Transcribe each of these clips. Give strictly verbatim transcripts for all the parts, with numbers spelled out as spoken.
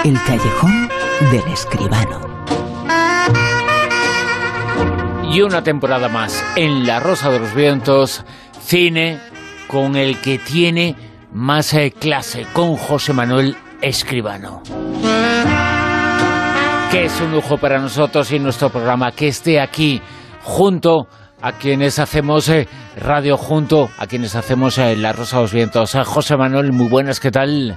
El callejón del escribano. Y una temporada más en La Rosa de los Vientos, cine con el que tiene más eh, clase, con José Manuel Escribano. Que es un lujo para nosotros y nuestro programa que esté aquí junto a quienes hacemos eh, radio, junto a quienes hacemos eh, La Rosa de los Vientos. Eh, José Manuel, muy buenas, ¿qué tal?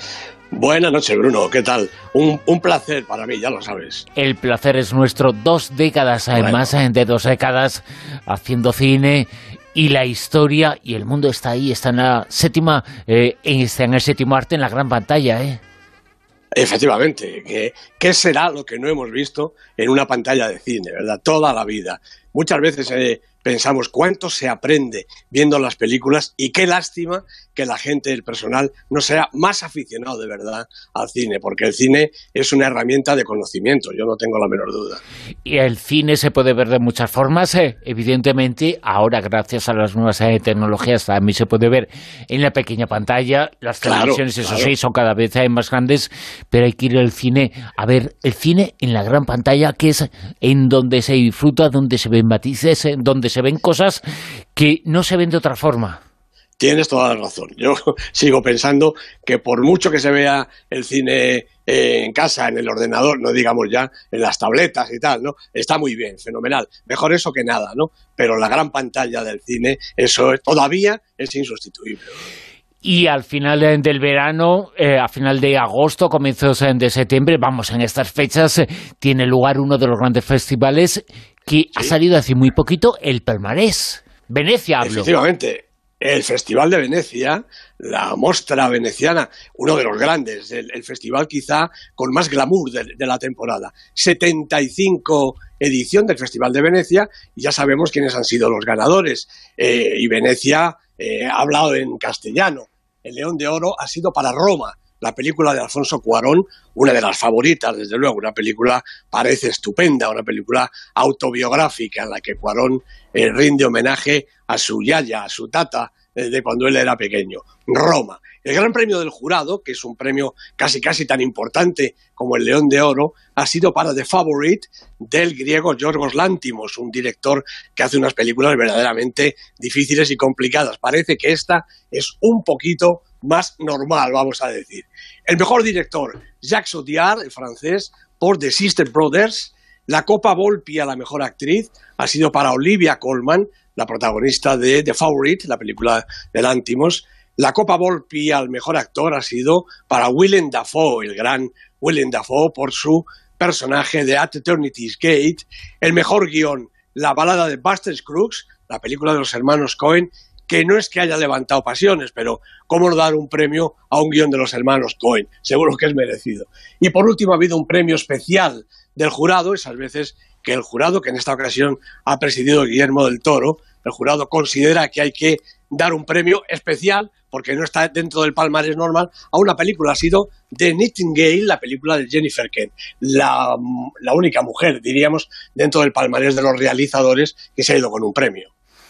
Buenas noches, Bruno, ¿qué tal? Un, un placer para mí, ya lo sabes. El placer es nuestro. Dos décadas, bueno. Más de dos décadas haciendo cine, y la historia y el mundo está ahí, está en la séptima, eh, está en el séptimo arte, en la gran pantalla, ¿eh? Efectivamente, ¿qué, ¿qué será lo que no hemos visto en una pantalla de cine, verdad? Toda la vida. Muchas veces eh, pensamos cuánto se aprende viendo las películas y qué lástima que la gente, el personal, no sea más aficionado de verdad al cine, porque el cine es una herramienta de conocimiento, yo no tengo la menor duda. Y el cine se puede ver de muchas formas, eh, evidentemente, ahora gracias a las nuevas eh, tecnologías también se puede ver en la pequeña pantalla, las televisiones, claro, eso claro. Sí, son cada vez eh, más grandes, pero hay que ir al cine a ver el cine en la gran pantalla, que es en donde se disfruta, donde se ven matices, en donde se ven cosas que no se ven de otra forma. Tienes toda la razón. Yo sigo pensando que por mucho que se vea el cine eh, en casa, en el ordenador, no digamos ya en las tabletas y tal, ¿no? Está muy bien, fenomenal. Mejor eso que nada, ¿no? Pero la gran pantalla del cine, eso es, todavía es insustituible. Y al final del verano, eh, a final de agosto, comienzos de septiembre, vamos, en estas fechas, eh, tiene lugar uno de los grandes festivales que ¿sí? ha salido hace muy poquito, el Palmarés. Venecia, hablo. Efectivamente. El Festival de Venecia, la Mostra veneciana, uno de los grandes, el, el festival quizá con más glamour de, de la temporada. setenta y cinco edición del Festival de Venecia, y ya sabemos quiénes han sido los ganadores. Eh, y Venecia eh, ha hablado en castellano. El León de Oro ha sido para Roma, la película de Alfonso Cuarón, una de las favoritas, desde luego, una película parece estupenda, una película autobiográfica en la que Cuarón eh, rinde homenaje a su yaya, a su tata, eh, de cuando él era pequeño. Roma. El Gran Premio del Jurado, que es un premio casi casi tan importante como el León de Oro, ha sido para The Favorite del griego Yorgos Lanthimos, un director que hace unas películas verdaderamente difíciles y complicadas. Parece que esta es un poquito más normal, vamos a decir. El mejor director, Jacques Audiard, el francés, por The Sister Brothers. La Copa Volpi a la mejor actriz ha sido para Olivia Colman, la protagonista de The Favorite, la película de Lanthimos. La Copa Volpi al mejor actor ha sido para Willem Dafoe, el gran Willem Dafoe, por su personaje de At Eternity's Gate. El mejor guión, La balada de Buster Scruggs, la película de los hermanos Coen, que no es que haya levantado pasiones, pero ¿cómo no dar un premio a un guión de los hermanos Coen? Seguro que es merecido. Y por último ha habido un premio especial del jurado, esas veces que el jurado, que en esta ocasión ha presidido Guillermo del Toro, el jurado considera que hay que dar un premio especial, porque no está dentro del palmarés normal, a una película. Ha sido The Nightingale, la película de Jennifer Kent, la, la única mujer, diríamos, dentro del palmarés de los realizadores que se ha ido con un premio.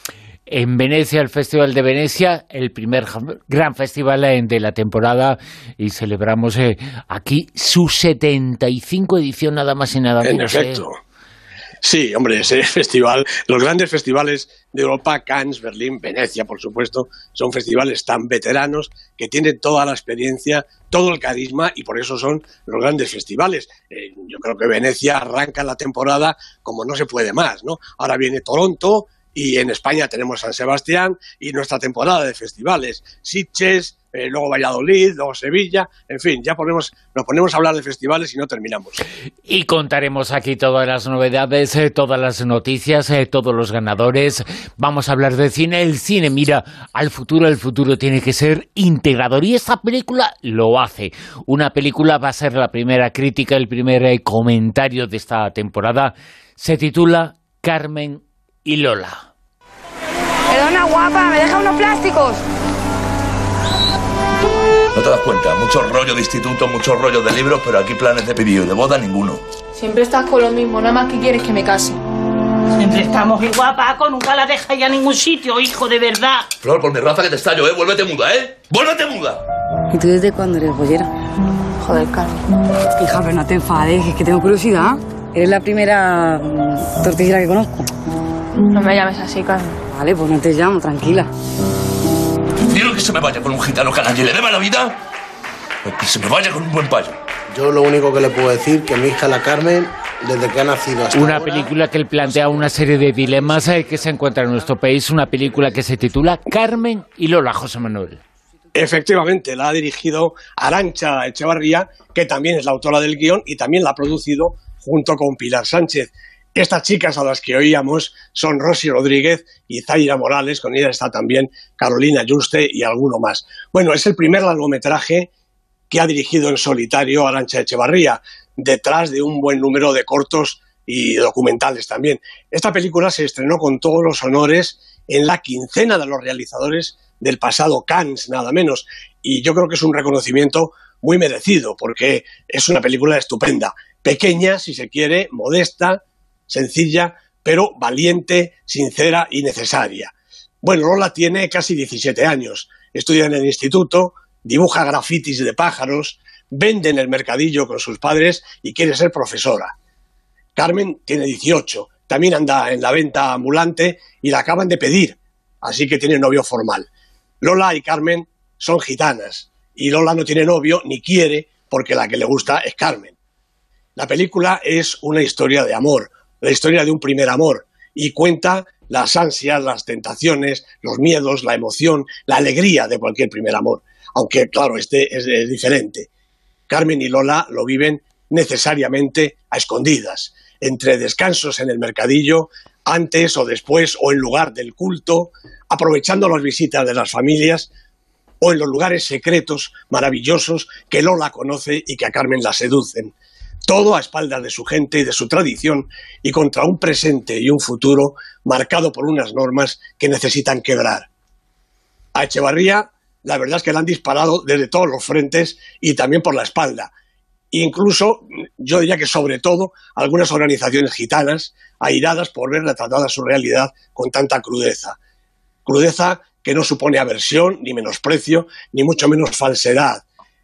En Venecia, el Festival de Venecia, el primer gran festival de la temporada, y celebramos eh, aquí su setenta y cinco edición, nada más y nada menos. En efecto. Eh. Sí, hombre, ese festival, los grandes festivales de Europa, Cannes, Berlín, Venecia, por supuesto, son festivales tan veteranos que tienen toda la experiencia, todo el carisma, y por eso son los grandes festivales. Eh, yo creo que Venecia arranca la temporada como no se puede más, ¿no? Ahora viene Toronto, y en España tenemos San Sebastián y nuestra temporada de festivales, Sitges, eh, luego Valladolid, luego Sevilla, en fin, ya ponemos, nos ponemos a hablar de festivales y no terminamos. Y contaremos aquí todas las novedades, eh, todas las noticias, eh, todos los ganadores. Vamos a hablar de cine. El cine mira al futuro, el futuro tiene que ser integrador, y esta película lo hace. Una película va a ser la primera crítica, el primer eh, comentario de esta temporada. Se titula Carmen y Lola. Perdona, guapa, ¿me deja unos plásticos? No te das cuenta, mucho rollo de instituto, muchos rollos de libros, pero aquí planes de pedido y de boda ninguno. Siempre estás con lo mismo, nada más que quieres que me case. Siempre estamos igual, Paco, nunca la dejas ya a ningún sitio, hijo, de verdad. Flor, por mi raza que te estallo, ¿eh? Vuélvete muda, ¿eh? ¡Vuélvete muda! ¿Y tú desde cuándo eres bollera? Joder, Carmen. Hija, pero no te enfades, es que tengo curiosidad. Eres la primera tortillera que conozco. No me llames así, Carmen. Vale, pues no te llamo, tranquila. Quiero que se me vaya con un gitano que a nadie le deba la vida o que se me vaya con un buen payo. Yo lo único que le puedo decir que mi hija, la Carmen, desde que ha nacido hasta Una ahora, película que plantea una serie de dilemas eh, que se encuentran en nuestro país, una película que se titula Carmen y Lola, José Manuel. Efectivamente, la ha dirigido Arantxa Echevarría, que también es la autora del guión y también la ha producido junto con Pilar Sánchez. Estas chicas a las que oíamos son Rosy Rodríguez y Zaira Morales, con ella está también Carolina Juste y alguno más. Bueno, es el primer largometraje que ha dirigido en solitario Arantxa Echevarría, detrás de un buen número de cortos y documentales también. Esta película se estrenó con todos los honores en la quincena de los realizadores del pasado Cannes, nada menos, y yo creo que es un reconocimiento muy merecido, porque es una película estupenda, pequeña, si se quiere, modesta, sencilla, pero valiente, sincera y necesaria. Bueno, Lola tiene casi diecisiete años, estudia en el instituto, dibuja grafitis de pájaros, vende en el mercadillo con sus padres y quiere ser profesora. Carmen tiene dieciocho, también anda en la venta ambulante y la acaban de pedir, así que tiene novio formal. Lola y Carmen son gitanas y Lola no tiene novio ni quiere porque la que le gusta es Carmen. La película es una historia de amor, la historia de un primer amor y cuenta las ansias, las tentaciones, los miedos, la emoción, la alegría de cualquier primer amor, aunque claro, este es, es diferente. Carmen y Lola lo viven necesariamente a escondidas, entre descansos en el mercadillo, antes o después o en lugar del culto, aprovechando las visitas de las familias o en los lugares secretos maravillosos que Lola conoce y que a Carmen la seducen. Todo a espaldas de su gente y de su tradición y contra un presente y un futuro marcado por unas normas que necesitan quebrar. A Echevarría, la verdad es que la han disparado desde todos los frentes y también por la espalda. Incluso, yo diría que sobre todo, algunas organizaciones gitanas airadas por ver retratada su realidad con tanta crudeza. Crudeza que no supone aversión, ni menosprecio, ni mucho menos falsedad.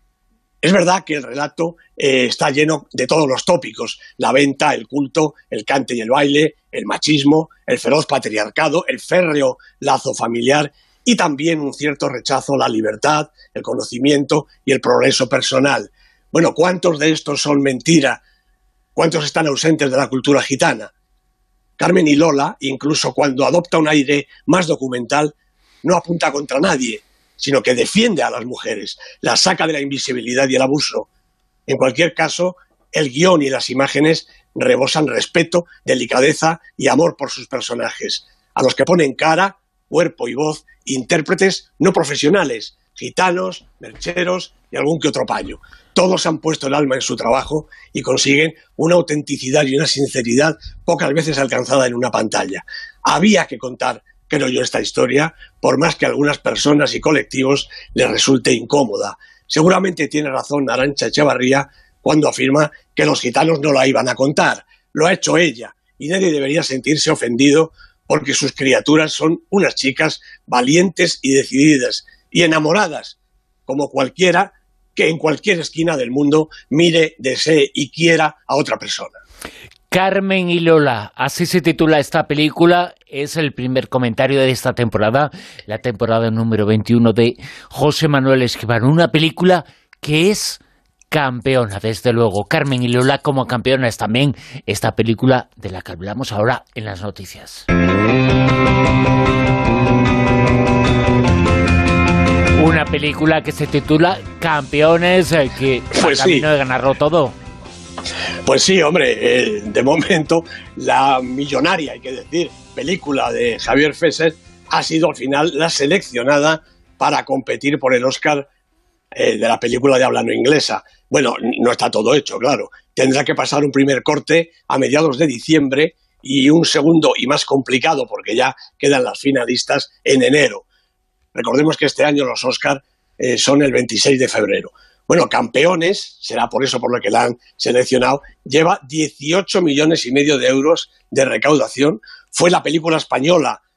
Es verdad que el relato eh, está lleno de todos los tópicos, la venta, el culto, el cante y el baile, el machismo, el feroz patriarcado, el férreo lazo familiar y también un cierto rechazo a la libertad, el conocimiento y el progreso personal. Bueno, ¿cuántos de estos son mentira? ¿Cuántos están ausentes de la cultura gitana? Carmen y Lola, incluso cuando adopta un aire más documental, no apunta contra nadie, sino que defiende a las mujeres, las saca de la invisibilidad y el abuso. En cualquier caso, el guión y las imágenes rebosan respeto, delicadeza y amor por sus personajes, a los que ponen cara, cuerpo y voz intérpretes no profesionales, gitanos, mercheros y algún que otro payo. Todos han puesto el alma en su trabajo y consiguen una autenticidad y una sinceridad pocas veces alcanzada en una pantalla. Había que contar, creo yo, esta historia, por más que a algunas personas y colectivos les resulte incómoda. Seguramente tiene razón Arantxa Echevarría cuando afirma que los gitanos no la iban a contar. Lo ha hecho ella y nadie debería sentirse ofendido porque sus criaturas son unas chicas valientes y decididas y enamoradas, como cualquiera que en cualquier esquina del mundo mire, desee y quiera a otra persona. Carmen y Lola, así se titula esta película, es el primer comentario de esta temporada, la temporada número veintiuno de José Manuel Escribano, una película que es campeona, desde luego. Carmen y Lola como campeonas también, esta película de la que hablamos ahora en las noticias. Una película que se titula Campeones, que pues camino sí. de ganarlo todo. Pues sí, hombre, eh, de momento la millonaria, hay que decir, película de Javier Fesser ha sido al final la seleccionada para competir por el Oscar eh, de la película de habla no inglesa. Bueno, no está todo hecho, claro. Tendrá que pasar un primer corte a mediados de diciembre y un segundo y más complicado, porque ya quedan las finalistas, en enero. Recordemos que este año los Oscar eh, son el veintiséis de febrero. Bueno, Campeones, será por eso por lo que la han seleccionado, lleva dieciocho millones y medio de euros de recaudación. Fue la película española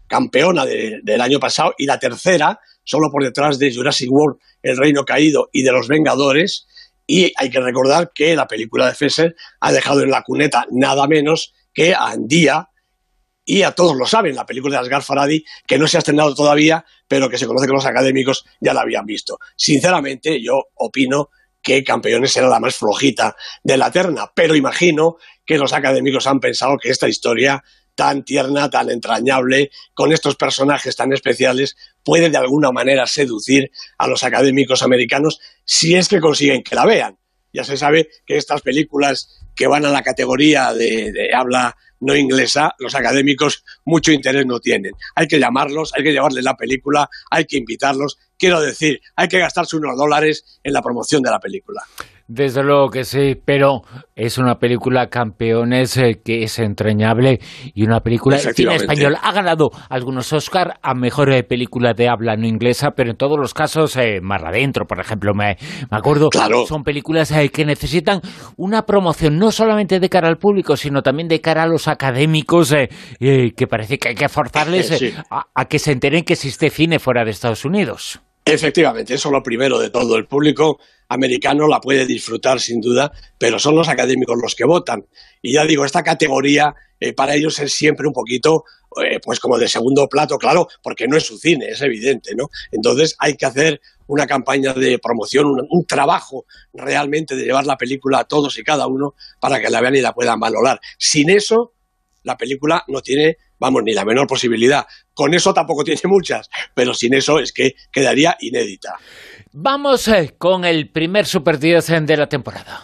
campeona de, del año pasado y la tercera, solo por detrás de Jurassic World, El Reino Caído y de Los Vengadores. Y hay que recordar que la película de Fesser ha dejado en la cuneta nada menos que a Andía, y a todos lo saben, la película de Asghar Farhadi, que no se ha estrenado todavía, pero que se conoce que los académicos ya la habían visto. Sinceramente, yo opino que Campeones era la más flojita de la terna, pero imagino que los académicos han pensado que esta historia tan tierna, tan entrañable, con estos personajes tan especiales, puede de alguna manera seducir a los académicos americanos si es que consiguen que la vean. Ya se sabe que estas películas que van a la categoría de, de habla no inglesa, los académicos mucho interés no tienen. Hay que llamarlos, hay que llevarles la película, hay que invitarlos. Quiero decir, hay que gastarse unos dólares en la promoción de la película. Desde luego que sí, pero es una película, Campeones, eh, que es entrañable y una película de cine español. Ha ganado algunos Oscar a mejor eh, película de habla no inglesa, pero en todos los casos, eh, Mar Adentro, por ejemplo, me, me acuerdo, claro. Son películas eh, que necesitan una promoción no solamente de cara al público, sino también de cara a los académicos, eh, eh, que parece que hay que forzarles eh, sí. a, a que se enteren que existe cine fuera de Estados Unidos. Efectivamente, eso es lo primero de todo. El público americano la puede disfrutar sin duda, pero son los académicos los que votan. Y ya digo, esta categoría eh, para ellos es siempre un poquito, eh, pues como de segundo plato, claro, porque no es su cine, es evidente, ¿no? Entonces hay que hacer una campaña de promoción, un, un trabajo realmente de llevar la película a todos y cada uno para que la vean y la puedan valorar. Sin eso, la película no tiene, vamos, ni la menor posibilidad. Con eso tampoco tiene muchas, pero sin eso es que quedaría inédita. Vamos eh, con el primer Super diez de la temporada.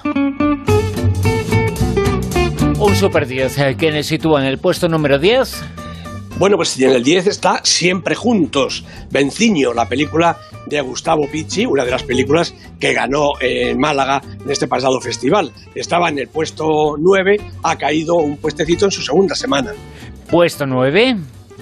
Un Super diez eh, que nos sitúa en el puesto número diez. Bueno, pues en el diez está Siempre Juntos, Venciño, la película de Gustavo Picci, una de las películas que ganó en Málaga en este pasado festival. Estaba en el puesto nueve, ha caído un puestecito en su segunda semana. Puesto nueve.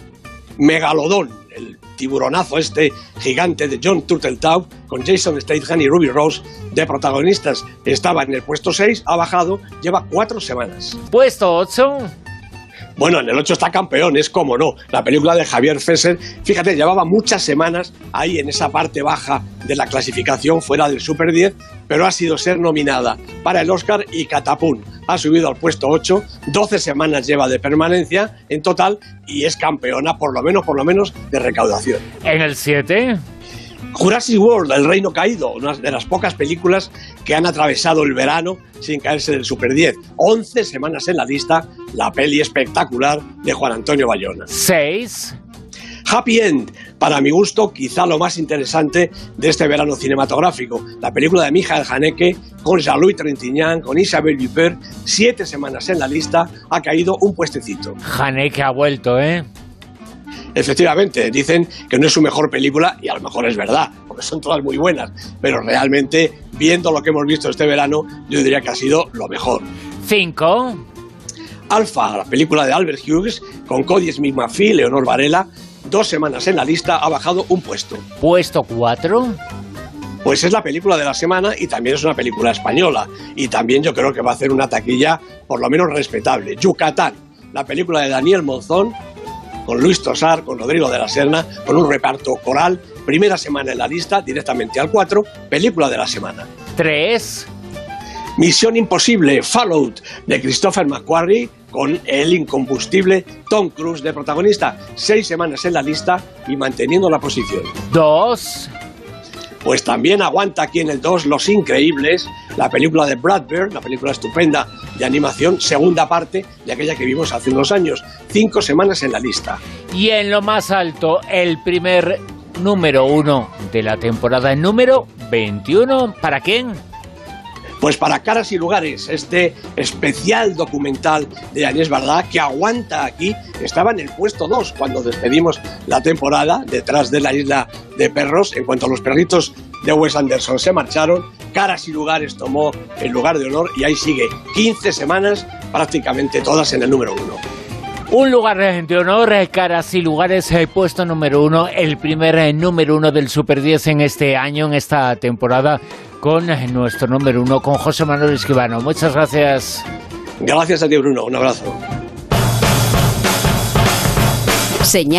Megalodón, el tiburonazo este gigante de John Turteltaub, con Jason Statham y Ruby Rose de protagonistas. Estaba en el puesto seis, ha bajado, lleva cuatro semanas. Puesto ocho. Bueno, en el ocho está Campeones, cómo no, la película de Javier Fesser. Fíjate, llevaba muchas semanas ahí en esa parte baja de la clasificación, fuera del Super diez, pero ha sido ser nominada para el Oscar y catapum, ha subido al puesto ocho, doce semanas lleva de permanencia en total y es campeona, por lo menos, por lo menos, de recaudación. En el siete... Jurassic World, El Reino Caído, una de las pocas películas que han atravesado el verano sin caerse del Super diez. once semanas en la lista, la peli espectacular de Juan Antonio Bayona. seis. Happy End, para mi gusto, quizá lo más interesante de este verano cinematográfico. La película de Michael Haneke, con Jean-Louis Trintignant, con Isabelle Huppert, siete semanas en la lista, ha caído un puestecito. Haneke ha vuelto, ¿eh? Efectivamente, dicen que no es su mejor película y a lo mejor es verdad, porque son todas muy buenas, pero realmente, viendo lo que hemos visto este verano, yo diría que ha sido lo mejor. cinco. Alpha, la película de Albert Hughes, con Cody Smith-McPhee, Leonor Varela, dos semanas en la lista, ha bajado un puesto. Puesto cuatro. Pues es la película de la semana y también es una película española, y también yo creo que va a hacer una taquilla por lo menos respetable. Yucatán, la película de Daniel Monzón, con Luis Tosar, con Rodrigo de la Serna, con un reparto coral, primera semana en la lista, directamente al cuatro, película de la semana. tres. Misión Imposible, Fallout, de Christopher McQuarrie, con el incombustible Tom Cruise de protagonista, seis semanas en la lista y manteniendo la posición. dos. Pues también aguanta aquí en el dos Los Increíbles, la película de Brad Bird, la película estupenda de animación, segunda parte de aquella que vimos hace unos años. Cinco semanas en la lista. Y en lo más alto, el primer número uno de la temporada, el número veintiuno. ¿Para quién? Pues para Caras y Lugares, este especial documental de Agnès Varda que aguanta aquí, estaba en el puesto dos cuando despedimos la temporada, detrás de La Isla de Perros. En cuanto a los perritos de Wes Anderson se marcharon, Caras y Lugares tomó el lugar de honor y ahí sigue, quince semanas, prácticamente todas en el número uno. Un lugar de honor, Caras y Lugares, puesto número uno, el primer número uno del Super diez en este año, en esta temporada, con nuestro número uno, con José Manuel Escribano. Muchas gracias. Gracias a ti, Bruno. Un abrazo. Señal.